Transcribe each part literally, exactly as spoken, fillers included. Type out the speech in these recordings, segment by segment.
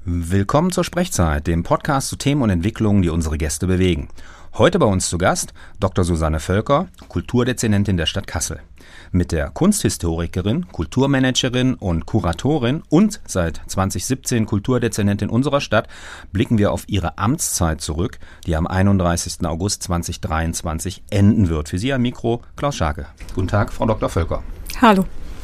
Willkommen zur Sprechzeit, dem Podcast zu Themen und Entwicklungen, die unsere Gäste bewegen. Heute bei uns zu Gast Doktor Susanne Völker, Kulturdezernentin der Stadt Kassel. Mit der Kunsthistorikerin, Kulturmanagerin und Kuratorin und seit zwanzig siebzehn Kulturdezernentin unserer Stadt blicken wir auf ihre Amtszeit zurück, die am einunddreißigsten August zweitausenddreiundzwanzig enden wird. Für Sie am Mikro Klaus Scharke. Guten Tag, Frau Doktor Völker. Hallo.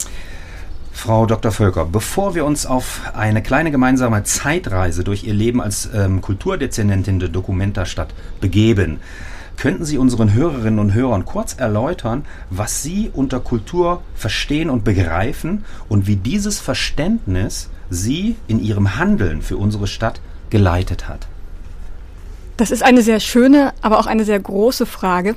Frau Doktor Völker, bevor wir uns auf eine kleine gemeinsame Zeitreise durch Ihr Leben als ähm, Kulturdezernentin der Documenta-Stadt begeben, könnten Sie unseren Hörerinnen und Hörern kurz erläutern, was Sie unter Kultur verstehen und begreifen und wie dieses Verständnis Sie in Ihrem Handeln für unsere Stadt geleitet hat? Das ist eine sehr schöne, aber auch eine sehr große Frage.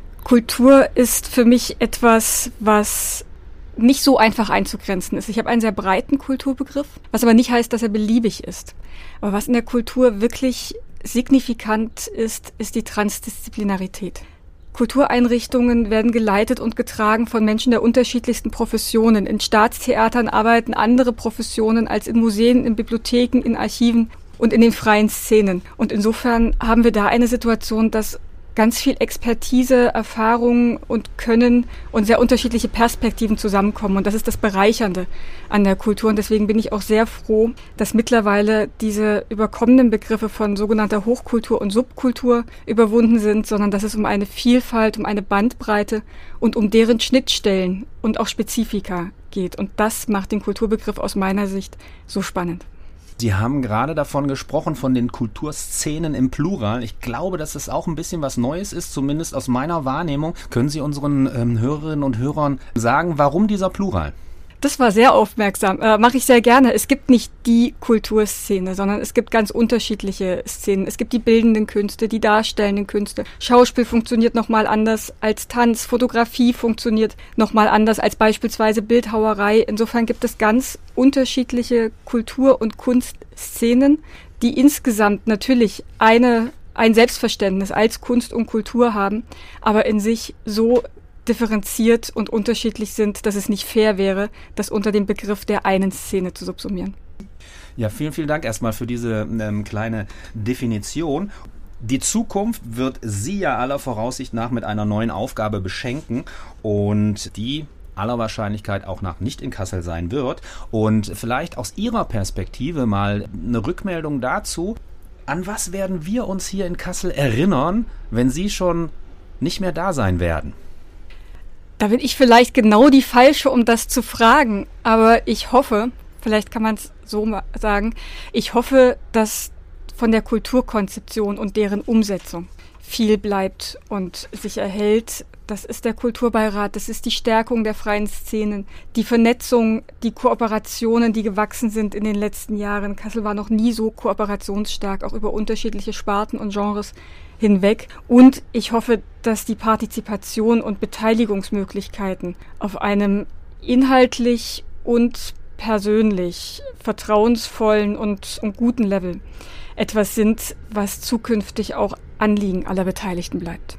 Kultur ist für mich etwas, was nicht so einfach einzugrenzen ist. Ich habe einen sehr breiten Kulturbegriff, was aber nicht heißt, dass er beliebig ist. Aber was in der Kultur wirklich signifikant ist, ist die Transdisziplinarität. Kultureinrichtungen werden geleitet und getragen von Menschen der unterschiedlichsten Professionen. In Staatstheatern arbeiten andere Professionen als in Museen, in Bibliotheken, in Archiven und in den freien Szenen. Und insofern haben wir da eine Situation, dass ganz viel Expertise, Erfahrung und Können und sehr unterschiedliche Perspektiven zusammenkommen. Und das ist das Bereichernde an der Kultur. Und deswegen bin ich auch sehr froh, dass mittlerweile diese überkommenen Begriffe von sogenannter Hochkultur und Subkultur überwunden sind, sondern dass es um eine Vielfalt, um eine Bandbreite und um deren Schnittstellen und auch Spezifika geht. Und das macht den Kulturbegriff aus meiner Sicht so spannend. Sie haben gerade davon gesprochen, von den Kulturszenen im Plural. Ich glaube, dass es auch ein bisschen was Neues ist, zumindest aus meiner Wahrnehmung. Können Sie unseren ähm, Hörerinnen und Hörern sagen, warum dieser Plural? Das war sehr aufmerksam. Äh, mache ich sehr gerne. Es gibt nicht die Kulturszene, sondern es gibt ganz unterschiedliche Szenen. Es gibt die bildenden Künste, die darstellenden Künste. Schauspiel funktioniert nochmal anders als Tanz. Fotografie funktioniert nochmal anders als beispielsweise Bildhauerei. Insofern gibt es ganz unterschiedliche Kultur- und Kunstszenen, die insgesamt natürlich eine, ein Selbstverständnis als Kunst und Kultur haben, aber in sich so differenziert und unterschiedlich sind, dass es nicht fair wäre, das unter dem Begriff der einen Szene zu subsumieren. Ja, vielen, vielen Dank erstmal für diese ähm, kleine Definition. Die Zukunft wird Sie ja aller Voraussicht nach mit einer neuen Aufgabe beschenken und die aller Wahrscheinlichkeit auch nach nicht in Kassel sein wird. Und vielleicht aus Ihrer Perspektive mal eine Rückmeldung dazu, an was werden wir uns hier in Kassel erinnern, wenn Sie schon nicht mehr da sein werden? Da bin ich vielleicht genau die Falsche, um das zu fragen. Aber ich hoffe, vielleicht kann man es so sagen, ich hoffe, dass von der Kulturkonzeption und deren Umsetzung viel bleibt und sich erhält. Das ist der Kulturbeirat, das ist die Stärkung der freien Szenen, die Vernetzung, die Kooperationen, die gewachsen sind in den letzten Jahren. Kassel war noch nie so kooperationsstark, auch über unterschiedliche Sparten und Genres hinweg. Und ich hoffe, dass die Partizipation und Beteiligungsmöglichkeiten auf einem inhaltlich und persönlich vertrauensvollen und, und guten Level etwas sind, was zukünftig auch Anliegen aller Beteiligten bleibt.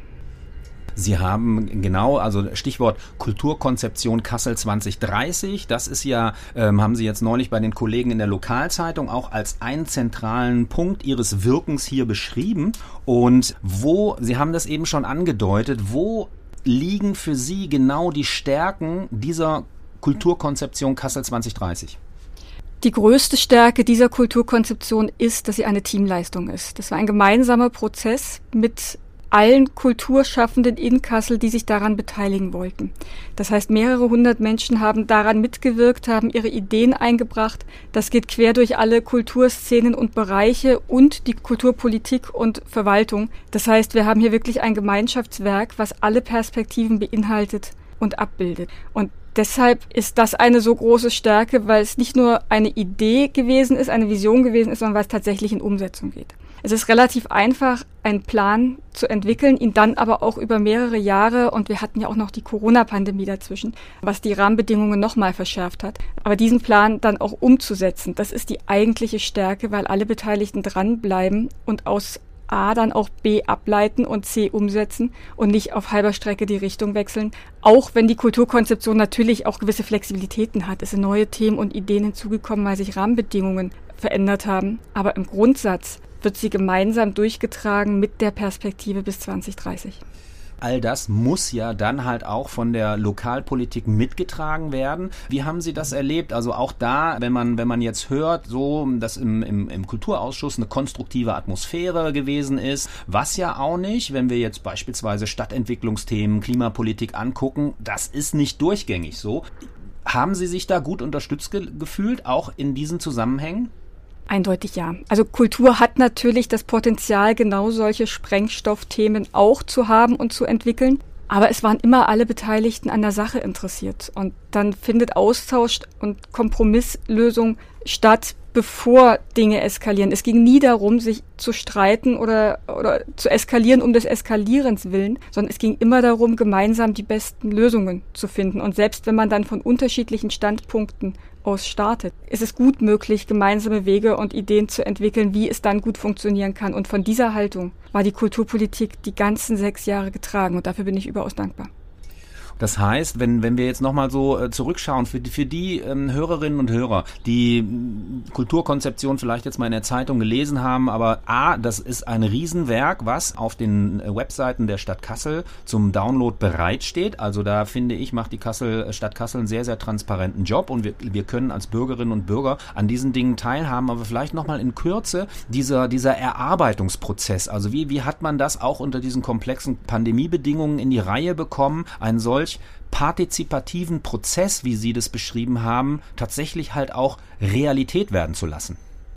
Sie haben genau, also Stichwort Kulturkonzeption Kassel zwanzig dreißig, das ist ja, ähm, haben Sie jetzt neulich bei den Kollegen in der Lokalzeitung auch als einen zentralen Punkt Ihres Wirkens hier beschrieben. Und wo, Sie haben das eben schon angedeutet, wo liegen für Sie genau die Stärken dieser Kulturkonzeption Kassel zwanzig dreißig? Die größte Stärke dieser Kulturkonzeption ist, dass sie eine Teamleistung ist. Das war ein gemeinsamer Prozess mit allen Kulturschaffenden in Kassel, die sich daran beteiligen wollten. Das heißt, mehrere hundert Menschen haben daran mitgewirkt, haben ihre Ideen eingebracht. Das geht quer durch alle Kulturszenen und Bereiche und die Kulturpolitik und Verwaltung. Das heißt, wir haben hier wirklich ein Gemeinschaftswerk, was alle Perspektiven beinhaltet und abbildet. Und deshalb ist das eine so große Stärke, weil es nicht nur eine Idee gewesen ist, eine Vision gewesen ist, sondern weil es tatsächlich in Umsetzung geht. Es ist relativ einfach, einen Plan zu entwickeln, ihn dann aber auch über mehrere Jahre, und wir hatten ja auch noch die Corona-Pandemie dazwischen, was die Rahmenbedingungen nochmal verschärft hat. Aber diesen Plan dann auch umzusetzen, das ist die eigentliche Stärke, weil alle Beteiligten dranbleiben und aus A dann auch B ableiten und C umsetzen und nicht auf halber Strecke die Richtung wechseln. Auch wenn die Kulturkonzeption natürlich auch gewisse Flexibilitäten hat. Es sind neue Themen und Ideen hinzugekommen, weil sich Rahmenbedingungen verändert haben. Aber im Grundsatz wird sie gemeinsam durchgetragen mit der Perspektive bis zwanzig dreißig. All das muss ja dann halt auch von der Lokalpolitik mitgetragen werden. Wie haben Sie das erlebt? Also auch da, wenn man wenn man jetzt hört, so dass im, im, im Kulturausschuss eine konstruktive Atmosphäre gewesen ist, was ja auch nicht, wenn wir jetzt beispielsweise Stadtentwicklungsthemen, Klimapolitik angucken, das ist nicht durchgängig so. Haben Sie sich da gut unterstützt ge- gefühlt, auch in diesen Zusammenhängen? Eindeutig ja. Also Kultur hat natürlich das Potenzial, genau solche Sprengstoffthemen auch zu haben und zu entwickeln. Aber es waren immer alle Beteiligten an der Sache interessiert. Und dann findet Austausch und Kompromisslösung statt, bevor Dinge eskalieren. Es ging nie darum, sich zu streiten oder, oder zu eskalieren um des Eskalierens willen, sondern es ging immer darum, gemeinsam die besten Lösungen zu finden. Und selbst wenn man dann von unterschiedlichen Standpunkten aus startet, ist es gut möglich, gemeinsame Wege und Ideen zu entwickeln, wie es dann gut funktionieren kann. Und von dieser Haltung war die Kulturpolitik die ganzen sechs Jahre getragen. Und dafür bin ich überaus dankbar. Das heißt, wenn wenn wir jetzt nochmal so äh, zurückschauen, für die, für die ähm, Hörerinnen und Hörer, die m, Kulturkonzeption vielleicht jetzt mal in der Zeitung gelesen haben, aber A, das ist ein Riesenwerk, was auf den äh, Webseiten der Stadt Kassel zum Download bereitsteht. Also da finde ich, macht die Kassel, Stadt Kassel einen sehr, sehr transparenten Job und wir, wir können als Bürgerinnen und Bürger an diesen Dingen teilhaben, aber vielleicht nochmal in Kürze dieser, dieser Erarbeitungsprozess. Also wie, wie hat man das auch unter diesen komplexen Pandemiebedingungen in die Reihe bekommen, einen solch partizipativen Prozess, wie Sie das beschrieben haben, tatsächlich halt auch Realität werden zu lassen?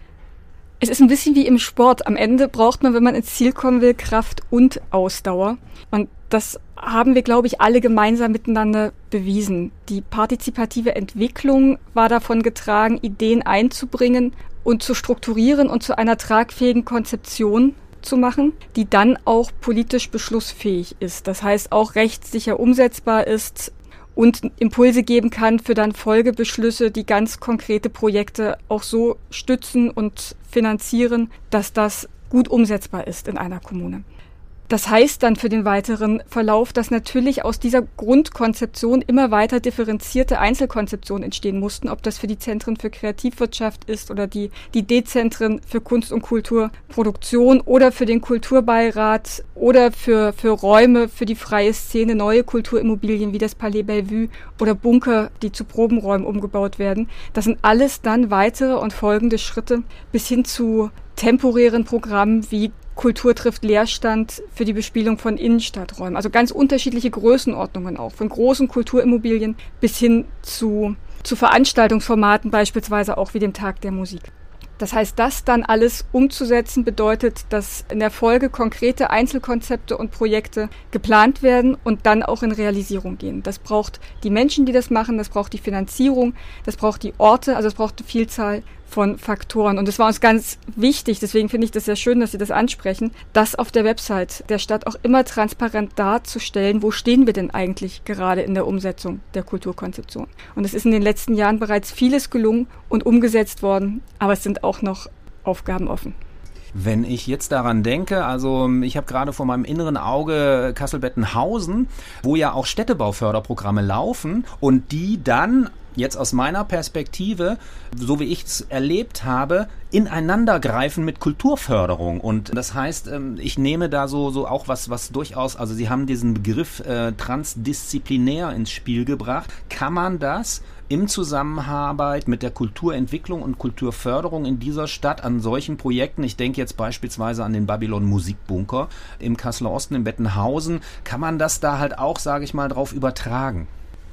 Es ist ein bisschen wie im Sport. Am Ende braucht man, wenn man ins Ziel kommen will, Kraft und Ausdauer. Und das haben wir, glaube ich, alle gemeinsam miteinander bewiesen. Die partizipative Entwicklung war davon getragen, Ideen einzubringen und zu strukturieren und zu einer tragfähigen Konzeption zu machen, die dann auch politisch beschlussfähig ist. Das heißt, auch rechtssicher umsetzbar ist und Impulse geben kann für dann Folgebeschlüsse, die ganz konkrete Projekte auch so stützen und finanzieren, dass das gut umsetzbar ist in einer Kommune. Das heißt dann für den weiteren Verlauf, dass natürlich aus dieser Grundkonzeption immer weiter differenzierte Einzelkonzeptionen entstehen mussten, ob das für die Zentren für Kreativwirtschaft ist oder die, die D-Zentren für Kunst- und Kulturproduktion oder für den Kulturbeirat oder für, für Räume, für die freie Szene, neue Kulturimmobilien wie das Palais Bellevue oder Bunker, die zu Probenräumen umgebaut werden. Das sind alles dann weitere und folgende Schritte bis hin zu temporären Programmen wie Kultur trifft Leerstand für die Bespielung von Innenstadträumen. Also ganz unterschiedliche Größenordnungen auch, von großen Kulturimmobilien bis hin zu, zu Veranstaltungsformaten, beispielsweise auch wie dem Tag der Musik. Das heißt, das dann alles umzusetzen bedeutet, dass in der Folge konkrete Einzelkonzepte und Projekte geplant werden und dann auch in Realisierung gehen. Das braucht die Menschen, die das machen, das braucht die Finanzierung, das braucht die Orte, also es braucht eine Vielzahl von Faktoren. Und es war uns ganz wichtig, deswegen finde ich das sehr schön, dass Sie das ansprechen, das auf der Website der Stadt auch immer transparent darzustellen, wo stehen wir denn eigentlich gerade in der Umsetzung der Kulturkonzeption. Und es ist in den letzten Jahren bereits vieles gelungen und umgesetzt worden, aber es sind auch noch Aufgaben offen. Wenn ich jetzt daran denke, also ich habe gerade vor meinem inneren Auge Kassel-Bettenhausen, wo ja auch Städtebauförderprogramme laufen und die dann jetzt aus meiner Perspektive, so wie ich es erlebt habe, ineinandergreifen mit Kulturförderung. Und das heißt, ich nehme da so, so auch was, was durchaus, also Sie haben diesen Begriff äh, transdisziplinär ins Spiel gebracht. Kann man das im Zusammenarbeit mit der Kulturentwicklung und Kulturförderung in dieser Stadt an solchen Projekten, ich denke jetzt beispielsweise an den Babylon Musikbunker im Kasseler Osten, in Bettenhausen, kann man das da halt auch, sage ich mal, drauf übertragen?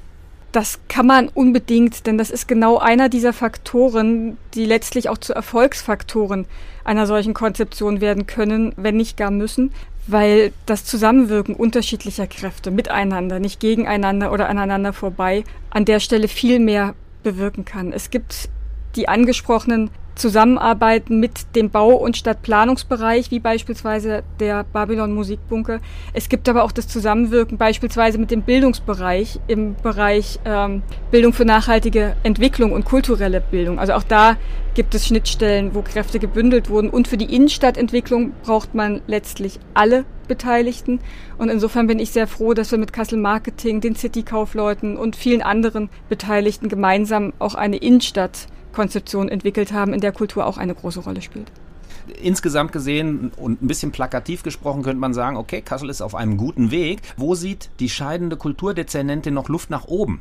Das kann man unbedingt, denn das ist genau einer dieser Faktoren, die letztlich auch zu Erfolgsfaktoren einer solchen Konzeption werden können, wenn nicht gar müssen, weil das Zusammenwirken unterschiedlicher Kräfte miteinander, nicht gegeneinander oder aneinander vorbei, an der Stelle viel mehr bewirken kann. Es gibt die angesprochenen Zusammenarbeiten mit dem Bau- und Stadtplanungsbereich, wie beispielsweise der Babylon Musikbunker. Es gibt aber auch das Zusammenwirken beispielsweise mit dem Bildungsbereich im Bereich ähm, Bildung für nachhaltige Entwicklung und kulturelle Bildung. Also auch da gibt es Schnittstellen, wo Kräfte gebündelt wurden. Und für die Innenstadtentwicklung braucht man letztlich alle Beteiligten. Und insofern bin ich sehr froh, dass wir mit Kassel Marketing, den City-Kaufleuten und vielen anderen Beteiligten gemeinsam auch eine Innenstadt Kulturkonzeption entwickelt haben, in der Kultur auch eine große Rolle spielt. Insgesamt gesehen und ein bisschen plakativ gesprochen könnte man sagen, okay, Kassel ist auf einem guten Weg. Wo sieht die scheidende Kulturdezernentin noch Luft nach oben?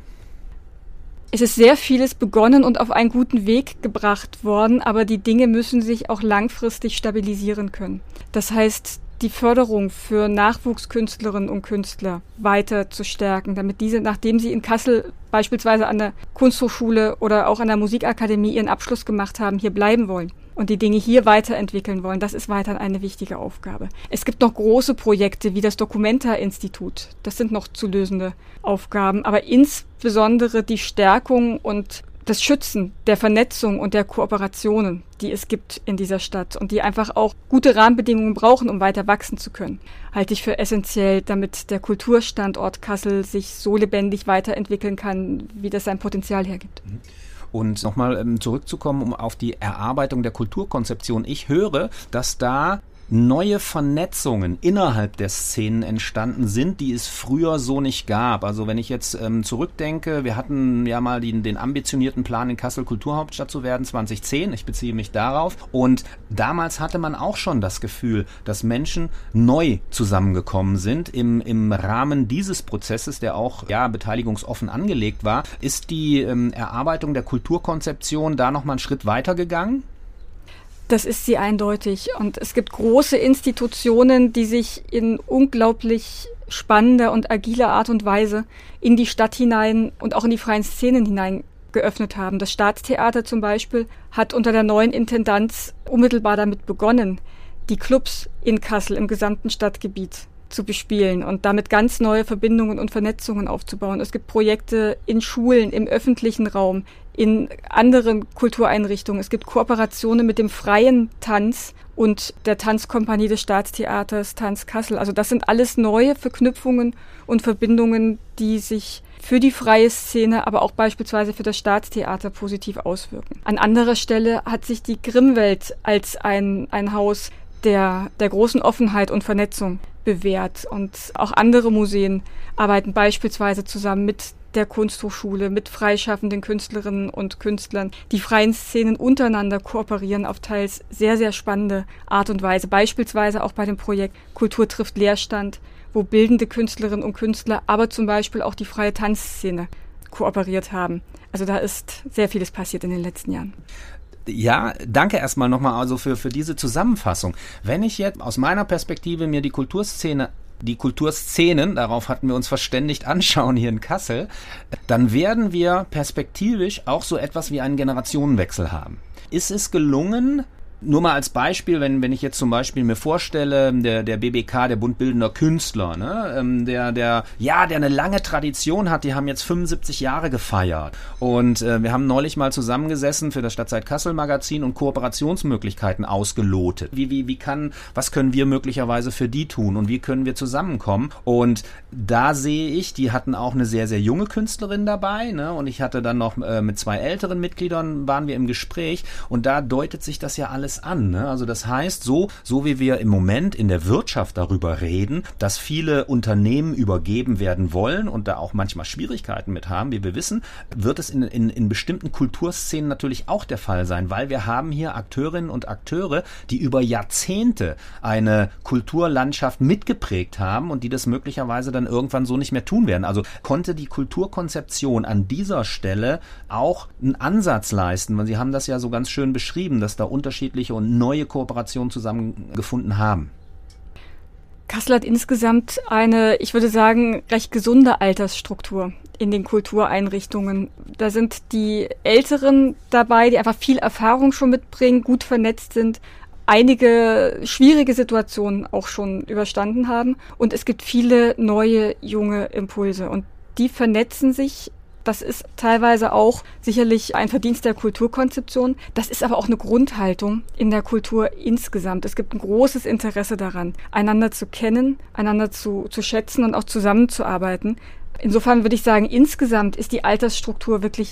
Es ist sehr vieles begonnen und auf einen guten Weg gebracht worden, aber die Dinge müssen sich auch langfristig stabilisieren können. Das heißt, die Förderung für Nachwuchskünstlerinnen und Künstler weiter zu stärken, damit diese, nachdem sie in Kassel beispielsweise an der Kunsthochschule oder auch an der Musikakademie ihren Abschluss gemacht haben, hier bleiben wollen und die Dinge hier weiterentwickeln wollen. Das ist weiterhin eine wichtige Aufgabe. Es gibt noch große Projekte wie das Documenta-Institut. Das sind noch zu lösende Aufgaben, aber insbesondere die Stärkung und das Schützen der Vernetzung und der Kooperationen, die es gibt in dieser Stadt und die einfach auch gute Rahmenbedingungen brauchen, um weiter wachsen zu können, halte ich für essentiell, damit der Kulturstandort Kassel sich so lebendig weiterentwickeln kann, wie das sein Potenzial hergibt. Und nochmal ähm, zurückzukommen um auf die Erarbeitung der Kulturkonzeption. Ich höre, dass da neue Vernetzungen innerhalb der Szenen entstanden sind, die es früher so nicht gab. Also wenn ich jetzt ähm, zurückdenke, wir hatten ja mal den, den ambitionierten Plan, in Kassel Kulturhauptstadt zu werden, zwanzig zehn, ich beziehe mich darauf. Und damals hatte man auch schon das Gefühl, dass Menschen neu zusammengekommen sind. Im, im Rahmen dieses Prozesses, der auch ja beteiligungsoffen angelegt war, ist die ähm, Erarbeitung der Kulturkonzeption da nochmal einen Schritt weiter gegangen? Das ist sie eindeutig. Und es gibt große Institutionen, die sich in unglaublich spannender und agiler Art und Weise in die Stadt hinein und auch in die freien Szenen hinein geöffnet haben. Das Staatstheater zum Beispiel hat unter der neuen Intendanz unmittelbar damit begonnen, die Clubs in Kassel im gesamten Stadtgebiet zu bespielen und damit ganz neue Verbindungen und Vernetzungen aufzubauen. Es gibt Projekte in Schulen, im öffentlichen Raum, in anderen Kultureinrichtungen. Es gibt Kooperationen mit dem freien Tanz und der Tanzkompanie des Staatstheaters Tanz Kassel. Also das sind alles neue Verknüpfungen und Verbindungen, die sich für die freie Szene, aber auch beispielsweise für das Staatstheater positiv auswirken. An anderer Stelle hat sich die Grimmwelt als ein, ein Haus der, der großen Offenheit und Vernetzung bewährt. Und auch andere Museen arbeiten beispielsweise zusammen mit der Kunsthochschule, mit freischaffenden Künstlerinnen und Künstlern. Die freien Szenen untereinander kooperieren auf teils sehr, sehr spannende Art und Weise. Beispielsweise auch bei dem Projekt Kultur trifft Leerstand, wo bildende Künstlerinnen und Künstler, aber zum Beispiel auch die freie Tanzszene kooperiert haben. Also da ist sehr vieles passiert in den letzten Jahren. Ja, danke erstmal nochmal also für, für diese Zusammenfassung. Wenn ich jetzt aus meiner Perspektive mir die Kulturszene die Kulturszenen, darauf hatten wir uns verständigt, anschauen hier in Kassel, dann werden wir perspektivisch auch so etwas wie einen Generationenwechsel haben. Ist es gelungen, nur mal als Beispiel, wenn wenn ich jetzt zum Beispiel mir vorstelle, der der B B K, der Bund Bildender Künstler, ne, ähm, der der ja, der eine lange Tradition hat, die haben jetzt fünfundsiebzig Jahre gefeiert und äh, wir haben neulich mal zusammengesessen für das Stadtzeit Kassel Magazin und Kooperationsmöglichkeiten ausgelotet. Wie wie wie kann, was können wir möglicherweise für die tun und wie können wir zusammenkommen? Und da sehe ich, die hatten auch eine sehr sehr junge Künstlerin dabei, ne, und ich hatte dann noch äh, mit zwei älteren Mitgliedern waren wir im Gespräch und da deutet sich das ja alles an, ne? Also das heißt, so so wie wir im Moment in der Wirtschaft darüber reden, dass viele Unternehmen übergeben werden wollen und da auch manchmal Schwierigkeiten mit haben, wie wir wissen, wird es in, in, in bestimmten Kulturszenen natürlich auch der Fall sein, weil wir haben hier Akteurinnen und Akteure, die über Jahrzehnte eine Kulturlandschaft mitgeprägt haben und die das möglicherweise dann irgendwann so nicht mehr tun werden. Also konnte die Kulturkonzeption an dieser Stelle auch einen Ansatz leisten, weil Sie haben das ja so ganz schön beschrieben, dass da unterschiedliche und neue Kooperationen zusammengefunden haben. Kassel hat insgesamt eine, ich würde sagen, recht gesunde Altersstruktur in den Kultureinrichtungen. Da sind die Älteren dabei, die einfach viel Erfahrung schon mitbringen, gut vernetzt sind, einige schwierige Situationen auch schon überstanden haben. Und es gibt viele neue, junge Impulse. Und die vernetzen sich. Das ist teilweise auch sicherlich ein Verdienst der Kulturkonzeption. Das ist aber auch eine Grundhaltung in der Kultur insgesamt. Es gibt ein großes Interesse daran, einander zu kennen, einander zu, zu schätzen und auch zusammenzuarbeiten. Insofern würde ich sagen, insgesamt ist die Altersstruktur wirklich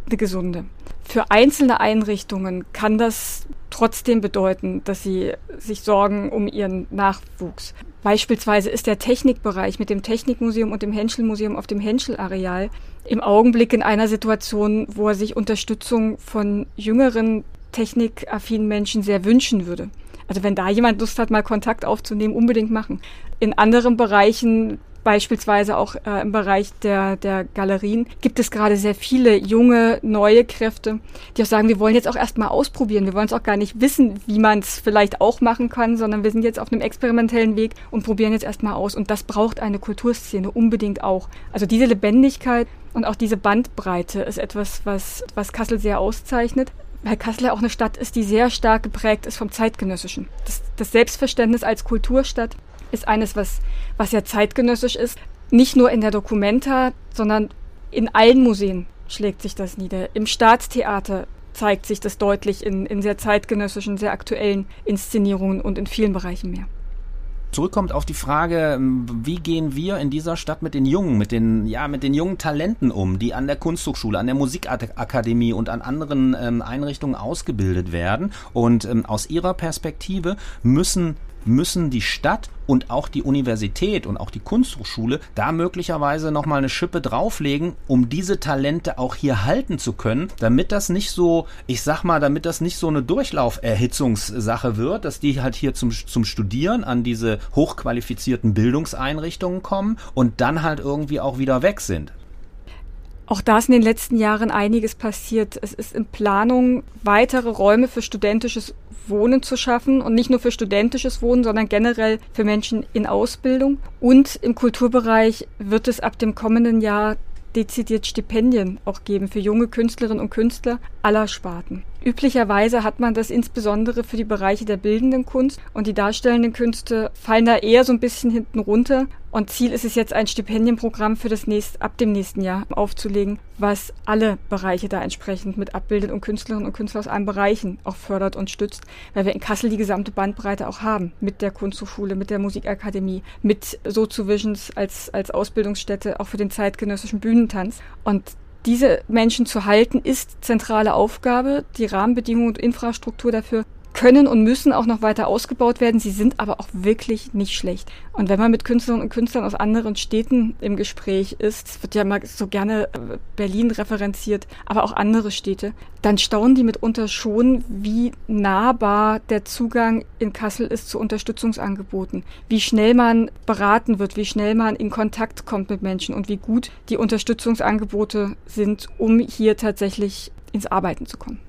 eine gesunde. Für einzelne Einrichtungen kann das trotzdem bedeuten, dass sie sich sorgen um ihren Nachwuchs. Beispielsweise ist der Technikbereich mit dem Technikmuseum und dem Henschel-Museum auf dem Henschel-Areal im Augenblick in einer Situation, wo er sich Unterstützung von jüngeren technikaffinen Menschen sehr wünschen würde. Also wenn da jemand Lust hat, mal Kontakt aufzunehmen, unbedingt machen. In anderen Bereichen, beispielsweise auch äh, im Bereich der, der Galerien, gibt es gerade sehr viele junge, neue Kräfte, die auch sagen, wir wollen jetzt auch erstmal ausprobieren. Wir wollen es auch gar nicht wissen, wie man es vielleicht auch machen kann, sondern wir sind jetzt auf einem experimentellen Weg und probieren jetzt erstmal aus. Und das braucht eine Kulturszene unbedingt auch. Also diese Lebendigkeit und auch diese Bandbreite ist etwas, was, was Kassel sehr auszeichnet. Weil Kassel ja auch eine Stadt ist, die sehr stark geprägt ist vom Zeitgenössischen. Das, das Selbstverständnis als Kulturstadt ist eines, was, was ja zeitgenössisch ist. Nicht nur in der Documenta, sondern in allen Museen schlägt sich das nieder. Im Staatstheater zeigt sich das deutlich in, in sehr zeitgenössischen, sehr aktuellen Inszenierungen und in vielen Bereichen mehr. Zurückkommt auf die Frage, wie gehen wir in dieser Stadt mit den Jungen, mit den, ja, mit den jungen Talenten um, die an der Kunsthochschule, an der Musikakademie und an anderen ähm, Einrichtungen ausgebildet werden. Und ähm, aus ihrer Perspektive müssen müssen die Stadt und auch die Universität und auch die Kunsthochschule da möglicherweise nochmal eine Schippe drauflegen, um diese Talente auch hier halten zu können, damit das nicht so, ich sag mal, damit das nicht so eine Durchlauferhitzungssache wird, dass die halt hier zum, zum Studieren an diese hochqualifizierten Bildungseinrichtungen kommen und dann halt irgendwie auch wieder weg sind. Auch da ist in den letzten Jahren einiges passiert. Es ist in Planung, weitere Räume für studentisches Wohnen zu schaffen und nicht nur für studentisches Wohnen, sondern generell für Menschen in Ausbildung. Und im Kulturbereich wird es ab dem kommenden Jahr dezidiert Stipendien auch geben für junge Künstlerinnen und Künstler aller Sparten. Üblicherweise hat man das insbesondere für die Bereiche der bildenden Kunst und die darstellenden Künste fallen da eher so ein bisschen hinten runter. Und Ziel ist es jetzt, ein Stipendienprogramm für das nächste, ab dem nächsten Jahr aufzulegen, was alle Bereiche da entsprechend mit abbildet und Künstlerinnen und Künstler aus allen Bereichen auch fördert und stützt, weil wir in Kassel die gesamte Bandbreite auch haben, mit der Kunsthochschule, mit der Musikakademie, mit Sozovisions als, als Ausbildungsstätte, auch für den zeitgenössischen Bühnentanz. Und diese Menschen zu halten, ist zentrale Aufgabe. Die Rahmenbedingungen und Infrastruktur dafür können und müssen auch noch weiter ausgebaut werden. Sie sind aber auch wirklich nicht schlecht. Und wenn man mit Künstlerinnen und Künstlern aus anderen Städten im Gespräch ist, wird ja mal so gerne Berlin referenziert, aber auch andere Städte, dann staunen die mitunter schon, wie nahbar der Zugang in Kassel ist zu Unterstützungsangeboten, wie schnell man beraten wird, wie schnell man in Kontakt kommt mit Menschen und wie gut die Unterstützungsangebote sind, um hier tatsächlich ins Arbeiten zu kommen.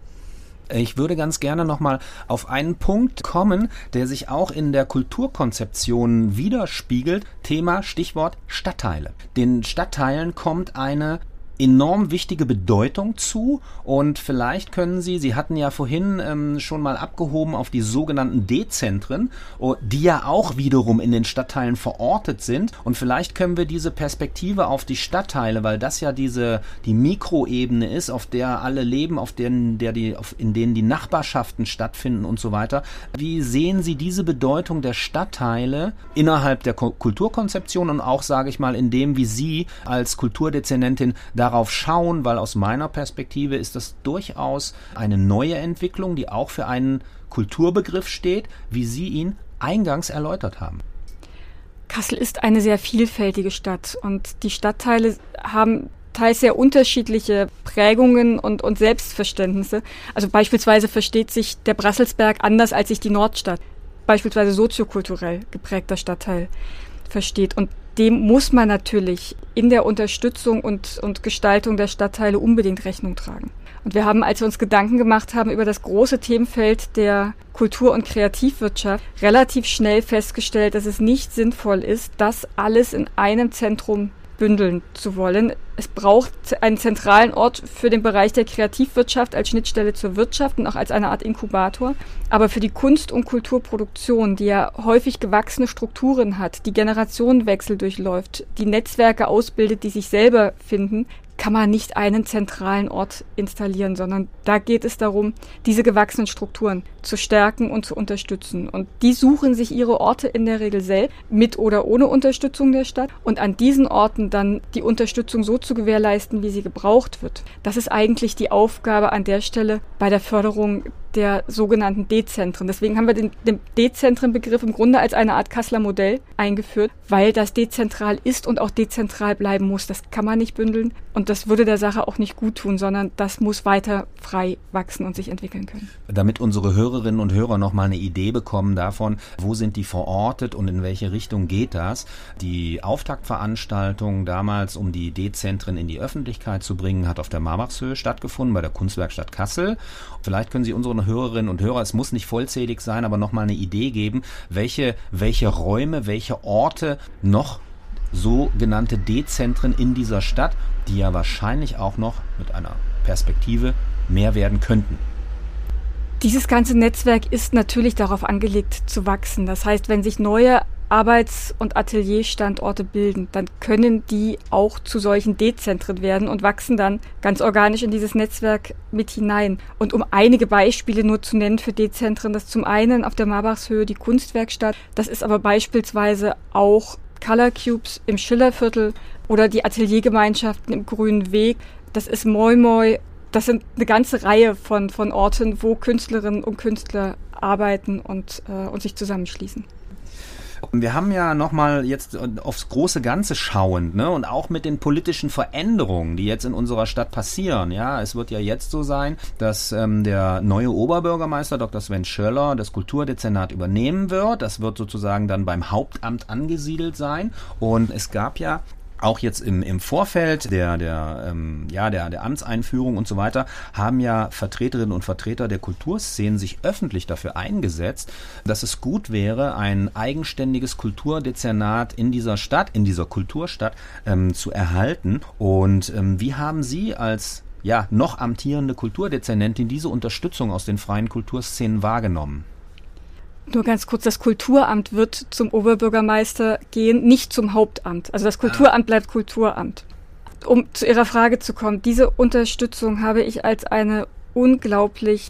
Ich würde ganz gerne nochmal auf einen Punkt kommen, der sich auch in der Kulturkonzeption widerspiegelt. Thema, Stichwort Stadtteile. Den Stadtteilen kommt eine enorm wichtige Bedeutung zu und vielleicht können Sie, Sie hatten ja vorhin ähm, schon mal abgehoben auf die sogenannten D-Zentren, die ja auch wiederum in den Stadtteilen verortet sind und vielleicht können wir diese Perspektive auf die Stadtteile, weil das ja diese die Mikroebene ist, auf der alle leben, auf denen der die auf, in denen die Nachbarschaften stattfinden und so weiter. Wie sehen Sie diese Bedeutung der Stadtteile innerhalb der Ko- Kulturkonzeption und auch, sage ich mal, in dem, wie Sie als Kulturdezernentin darauf schauen, weil aus meiner Perspektive ist das durchaus eine neue Entwicklung, die auch für einen Kulturbegriff steht, wie Sie ihn eingangs erläutert haben. Kassel ist eine sehr vielfältige Stadt und die Stadtteile haben teils sehr unterschiedliche Prägungen und, und Selbstverständnisse. Also beispielsweise versteht sich der Brasselsberg anders, als sich die Nordstadt, beispielsweise soziokulturell geprägter Stadtteil, versteht. Und dem muss man natürlich in der Unterstützung und, und Gestaltung der Stadtteile unbedingt Rechnung tragen. Und wir haben, als wir uns Gedanken gemacht haben über das große Themenfeld der Kultur- und Kreativwirtschaft, relativ schnell festgestellt, dass es nicht sinnvoll ist, das alles in einem Zentrum bündeln zu wollen. Es braucht einen zentralen Ort für den Bereich der Kreativwirtschaft als Schnittstelle zur Wirtschaft und auch als eine Art Inkubator. Aber für die Kunst- und Kulturproduktion, die ja häufig gewachsene Strukturen hat, die Generationenwechsel durchläuft, die Netzwerke ausbildet, die sich selber finden, kann man nicht einen zentralen Ort installieren, sondern da geht es darum, diese gewachsenen Strukturen zu stärken und zu unterstützen. Und die suchen sich ihre Orte in der Regel selbst, mit oder ohne Unterstützung der Stadt. Und an diesen Orten dann die Unterstützung so zu gewährleisten, wie sie gebraucht wird. Das ist eigentlich die Aufgabe an der Stelle bei der Förderung der sogenannten D-Zentren. Deswegen haben wir den, den D-Zentren-Begriff im Grunde als eine Art Kasseler Modell eingeführt, weil das dezentral ist und auch dezentral bleiben muss. Das kann man nicht bündeln und das würde der Sache auch nicht gut tun, sondern das muss weiter frei wachsen und sich entwickeln können. Damit unsere Hörerinnen und Hörer nochmal eine Idee bekommen davon, wo sind die verortet und in welche Richtung geht das. Die Auftaktveranstaltung damals, um die D-Zentren in die Öffentlichkeit zu bringen, hat auf der Marbachshöhe stattgefunden, bei der Kunstwerkstatt Kassel. Vielleicht können Sie unseren Hörerinnen und Hörer, es muss nicht vollzählig sein, aber nochmal eine Idee geben, welche, welche Räume, welche Orte noch sogenannte D-Zentren in dieser Stadt, die ja wahrscheinlich auch noch mit einer Perspektive mehr werden könnten. Dieses ganze Netzwerk ist natürlich darauf angelegt zu wachsen. Das heißt, wenn sich neue Arbeits- und Atelierstandorte bilden, dann können die auch zu solchen D-Zentren werden und wachsen dann ganz organisch in dieses Netzwerk mit hinein. Und um einige Beispiele nur zu nennen für D-Zentren, das ist zum einen auf der Marbachshöhe die Kunstwerkstatt, das ist aber beispielsweise auch Color Cubes im Schillerviertel oder die Ateliergemeinschaften im Grünen Weg, das ist Moi Moi. Das sind eine ganze Reihe von, von Orten, wo Künstlerinnen und Künstler arbeiten und, äh, und sich zusammenschließen. Wir haben ja nochmal jetzt aufs große Ganze schauend, ne, und auch mit den politischen Veränderungen, die jetzt in unserer Stadt passieren. Ja, es wird ja jetzt so sein, dass ähm, der neue Oberbürgermeister Doktor Sven Schöller das Kulturdezernat übernehmen wird. Das wird sozusagen dann beim Hauptamt angesiedelt sein. Und es gab ja auch jetzt im, im Vorfeld der, der, ähm, ja, der, der Amtseinführung und so weiter haben ja Vertreterinnen und Vertreter der Kulturszenen sich öffentlich dafür eingesetzt, dass es gut wäre, ein eigenständiges Kulturdezernat in dieser Stadt, in dieser Kulturstadt ähm, zu erhalten. Und ähm, wie haben Sie als ja, noch amtierende Kulturdezernentin diese Unterstützung aus den freien Kulturszenen wahrgenommen? Nur ganz kurz, das Kulturamt wird zum Oberbürgermeister gehen, nicht zum Hauptamt. Also das Kulturamt bleibt Kulturamt. Um zu Ihrer Frage zu kommen, diese Unterstützung habe ich als eine unglaublich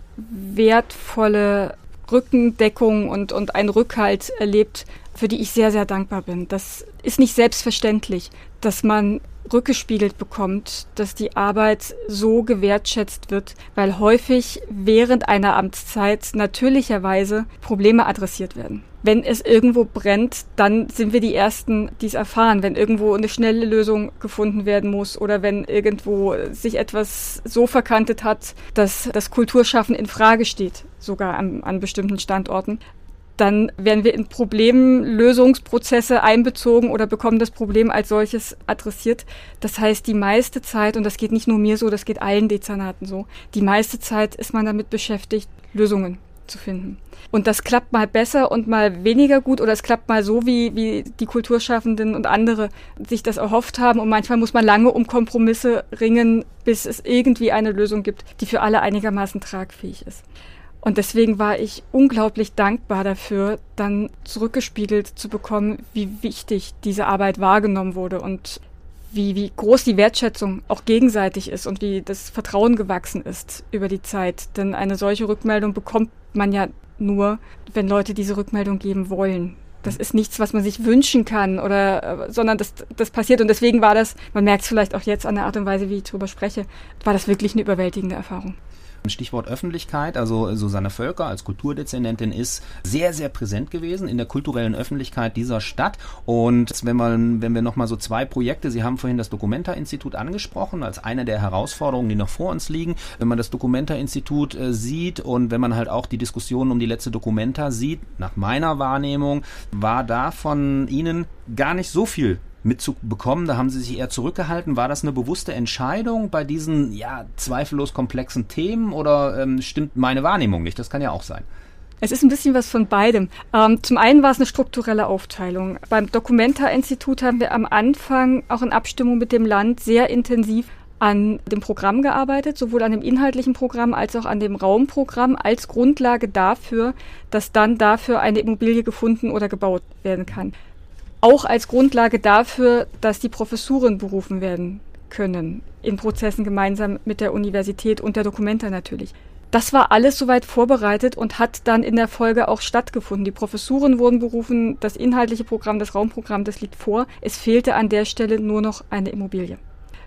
wertvolle Rückendeckung und, und einen Rückhalt erlebt, für die ich sehr, sehr dankbar bin. Das ist nicht selbstverständlich, dass man rückgespiegelt bekommt, dass die Arbeit so gewertschätzt wird, weil häufig während einer Amtszeit natürlicherweise Probleme adressiert werden. Wenn es irgendwo brennt, dann sind wir die Ersten, die es erfahren. Wenn irgendwo eine schnelle Lösung gefunden werden muss oder wenn irgendwo sich etwas so verkantet hat, dass das Kulturschaffen in Frage steht, sogar an, an bestimmten Standorten, dann werden wir in Problemlösungsprozesse einbezogen oder bekommen das Problem als solches adressiert. Das heißt, die meiste Zeit, und das geht nicht nur mir so, das geht allen Dezernaten so, die meiste Zeit ist man damit beschäftigt, Lösungen zu finden. Und das klappt mal besser und mal weniger gut oder es klappt mal so, wie, wie die Kulturschaffenden und andere sich das erhofft haben. Und manchmal muss man lange um Kompromisse ringen, bis es irgendwie eine Lösung gibt, die für alle einigermaßen tragfähig ist. Und deswegen war ich unglaublich dankbar dafür, dann zurückgespiegelt zu bekommen, wie wichtig diese Arbeit wahrgenommen wurde und wie, wie groß die Wertschätzung auch gegenseitig ist und wie das Vertrauen gewachsen ist über die Zeit. Denn eine solche Rückmeldung bekommt man ja nur, wenn Leute diese Rückmeldung geben wollen. Das ist nichts, was man sich wünschen kann, oder, sondern das, das passiert. Und deswegen war das, man merkt es vielleicht auch jetzt an der Art und Weise, wie ich drüber spreche, war das wirklich eine überwältigende Erfahrung. Stichwort Öffentlichkeit, also Susanne Völker als Kulturdezernentin ist sehr, sehr präsent gewesen in der kulturellen Öffentlichkeit dieser Stadt. Und wenn man, wenn wir nochmal so zwei Projekte, Sie haben vorhin das Documenta-Institut angesprochen, als eine der Herausforderungen, die noch vor uns liegen. Wenn man das Documenta-Institut äh, sieht und wenn man halt auch die Diskussion um die letzte Documenta sieht, nach meiner Wahrnehmung, war da von Ihnen gar nicht so viel mitzubekommen. Da haben Sie sich eher zurückgehalten. War das eine bewusste Entscheidung bei diesen, ja, zweifellos komplexen Themen oder ähm, stimmt meine Wahrnehmung nicht? Das kann ja auch sein. Es ist ein bisschen was von beidem. Ähm, zum einen war es eine strukturelle Aufteilung. Beim Documenta-Institut haben wir am Anfang auch in Abstimmung mit dem Land sehr intensiv an dem Programm gearbeitet, sowohl an dem inhaltlichen Programm als auch an dem Raumprogramm als Grundlage dafür, dass dann dafür eine Immobilie gefunden oder gebaut werden kann. Auch als Grundlage dafür, dass die Professuren berufen werden können, in Prozessen gemeinsam mit der Universität und der Documenta natürlich. Das war alles soweit vorbereitet und hat dann in der Folge auch stattgefunden. Die Professuren wurden berufen, das inhaltliche Programm, das Raumprogramm, das liegt vor. Es fehlte an der Stelle nur noch eine Immobilie.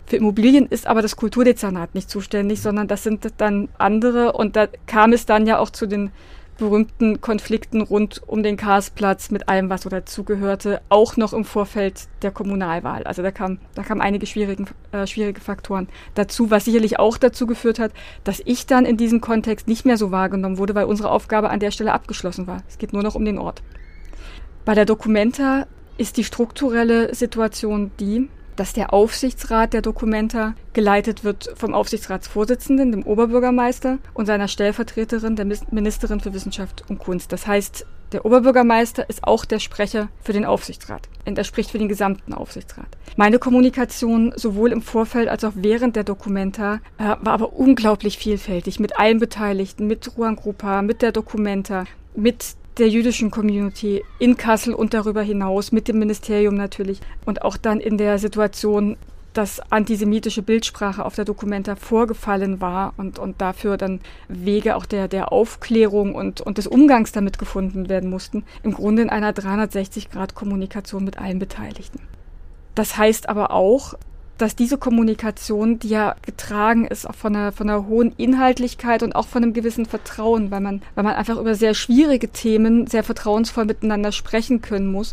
Für Immobilien ist aber das Kulturdezernat nicht zuständig, sondern das sind dann andere. Und da kam es dann ja auch zu den berühmten Konflikten rund um den Karlsplatz mit allem, was so dazugehörte, auch noch im Vorfeld der Kommunalwahl. Also da kam, da kamen einige schwierige, äh, schwierige Faktoren dazu, was sicherlich auch dazu geführt hat, dass ich dann in diesem Kontext nicht mehr so wahrgenommen wurde, weil unsere Aufgabe an der Stelle abgeschlossen war. Es geht nur noch um den Ort. Bei der Documenta ist die strukturelle Situation die, dass der Aufsichtsrat der Documenta geleitet wird vom Aufsichtsratsvorsitzenden, dem Oberbürgermeister und seiner Stellvertreterin, der Ministerin für Wissenschaft und Kunst. Das heißt, der Oberbürgermeister ist auch der Sprecher für den Aufsichtsrat. Und er spricht für den gesamten Aufsichtsrat. Meine Kommunikation sowohl im Vorfeld als auch während der Documenta äh, war aber unglaublich vielfältig mit allen Beteiligten, mit Ruan Grupa, mit der Documenta, mit der jüdischen Community in Kassel und darüber hinaus, mit dem Ministerium natürlich. Und auch dann in der Situation, dass antisemitische Bildsprache auf der Documenta vorgefallen war und, und dafür dann Wege auch der, der Aufklärung und, und des Umgangs damit gefunden werden mussten. Im Grunde in einer dreihundertsechzig Grad Kommunikation mit allen Beteiligten. Das heißt aber auch, dass diese Kommunikation, die ja getragen ist auch von einer, von einer hohen Inhaltlichkeit und auch von einem gewissen Vertrauen, weil man, weil man einfach über sehr schwierige Themen sehr vertrauensvoll miteinander sprechen können muss,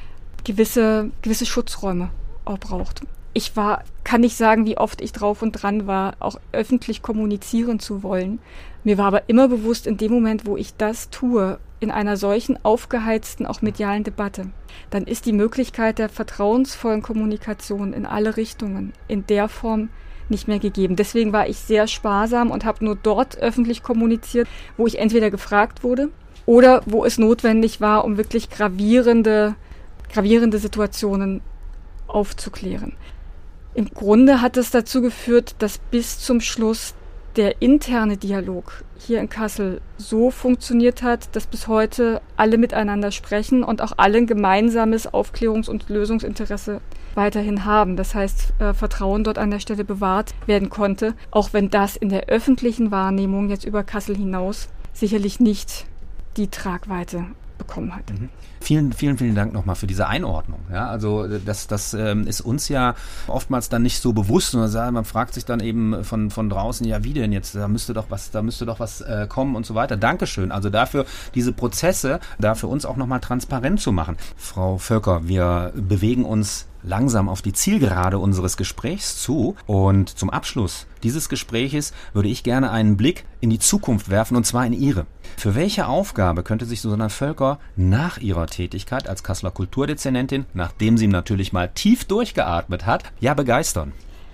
gewisse, gewisse Schutzräume auch braucht. Ich war, kann nicht sagen, wie oft ich drauf und dran war, auch öffentlich kommunizieren zu wollen. Mir war aber immer bewusst, in dem Moment, wo ich das tue, in einer solchen aufgeheizten, auch medialen Debatte, dann ist die Möglichkeit der vertrauensvollen Kommunikation in alle Richtungen in der Form nicht mehr gegeben. Deswegen war ich sehr sparsam und habe nur dort öffentlich kommuniziert, wo ich entweder gefragt wurde oder wo es notwendig war, um wirklich gravierende, gravierende Situationen aufzuklären. Im Grunde hat es dazu geführt, dass bis zum Schluss der interne Dialog hier in Kassel so funktioniert hat, dass bis heute alle miteinander sprechen und auch alle ein gemeinsames Aufklärungs- und Lösungsinteresse weiterhin haben. Das heißt, äh, Vertrauen dort an der Stelle bewahrt werden konnte, auch wenn das in der öffentlichen Wahrnehmung jetzt über Kassel hinaus sicherlich nicht die Tragweite bekommen hat. Mhm. Vielen, vielen, vielen Dank nochmal für diese Einordnung. Ja, also das, das ähm, ist uns ja oftmals dann nicht so bewusst. Man fragt sich dann eben von, von draußen, ja wie denn jetzt, da müsste doch was, da müsste doch was äh, kommen und so weiter. Dankeschön. Also dafür diese Prozesse, da für uns auch nochmal transparent zu machen. Frau Völker, wir bewegen uns langsam auf die Zielgerade unseres Gesprächs zu und zum Abschluss dieses Gespräches würde ich gerne einen Blick in die Zukunft werfen und zwar in Ihre. Für welche Aufgabe könnte sich Susanne Völker nach ihrer Tätigkeit als Kasseler Kulturdezernentin, nachdem sie natürlich mal tief durchgeatmet hat, ja begeistern?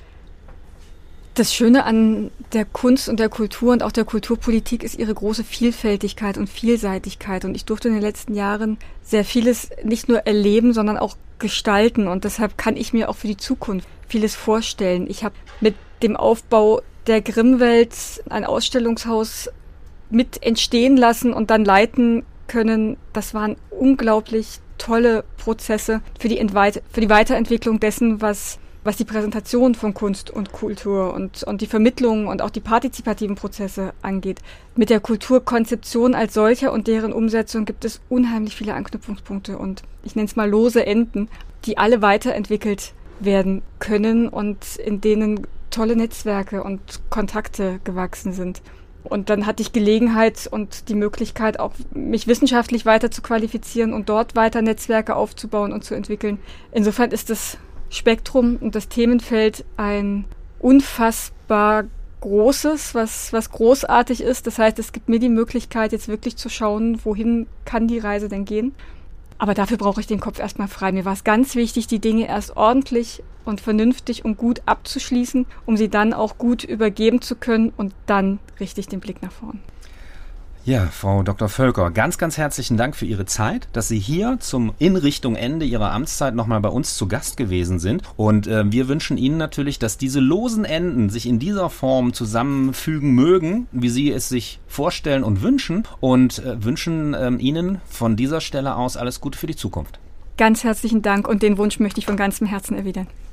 Das Schöne an der Kunst und der Kultur und auch der Kulturpolitik ist ihre große Vielfältigkeit und Vielseitigkeit. Und ich durfte in den letzten Jahren sehr vieles nicht nur erleben, sondern auch gestalten. Und deshalb kann ich mir auch für die Zukunft vieles vorstellen. Ich habe mit dem Aufbau der Grimmwelt ein Ausstellungshaus mit entstehen lassen und dann leiten können. Das waren unglaublich tolle Prozesse für die, Entweit- für die Weiterentwicklung dessen, was was die Präsentation von Kunst und Kultur und, und die Vermittlung und auch die partizipativen Prozesse angeht. Mit der Kulturkonzeption als solcher und deren Umsetzung gibt es unheimlich viele Anknüpfungspunkte und ich nenne es mal lose Enden, die alle weiterentwickelt werden können und in denen tolle Netzwerke und Kontakte gewachsen sind. Und dann hatte ich Gelegenheit und die Möglichkeit, auch mich wissenschaftlich weiter zu qualifizieren und dort weiter Netzwerke aufzubauen und zu entwickeln. Insofern ist das Spektrum und das Themenfeld ein unfassbar großes, was, was großartig ist. Das heißt, es gibt mir die Möglichkeit, jetzt wirklich zu schauen, wohin kann die Reise denn gehen. Aber dafür brauche ich den Kopf erstmal frei. Mir war es ganz wichtig, die Dinge erst ordentlich und vernünftig und gut abzuschließen, um sie dann auch gut übergeben zu können und dann richtig den Blick nach vorn. Ja, Frau Doktor Völker, ganz, ganz herzlichen Dank für Ihre Zeit, dass Sie hier zum in Richtung Ende Ihrer Amtszeit nochmal bei uns zu Gast gewesen sind. Und äh, wir wünschen Ihnen natürlich, dass diese losen Enden sich in dieser Form zusammenfügen mögen, wie Sie es sich vorstellen und wünschen. Und äh, wünschen äh, Ihnen von dieser Stelle aus alles Gute für die Zukunft. Ganz herzlichen Dank und den Wunsch möchte ich von ganzem Herzen erwidern.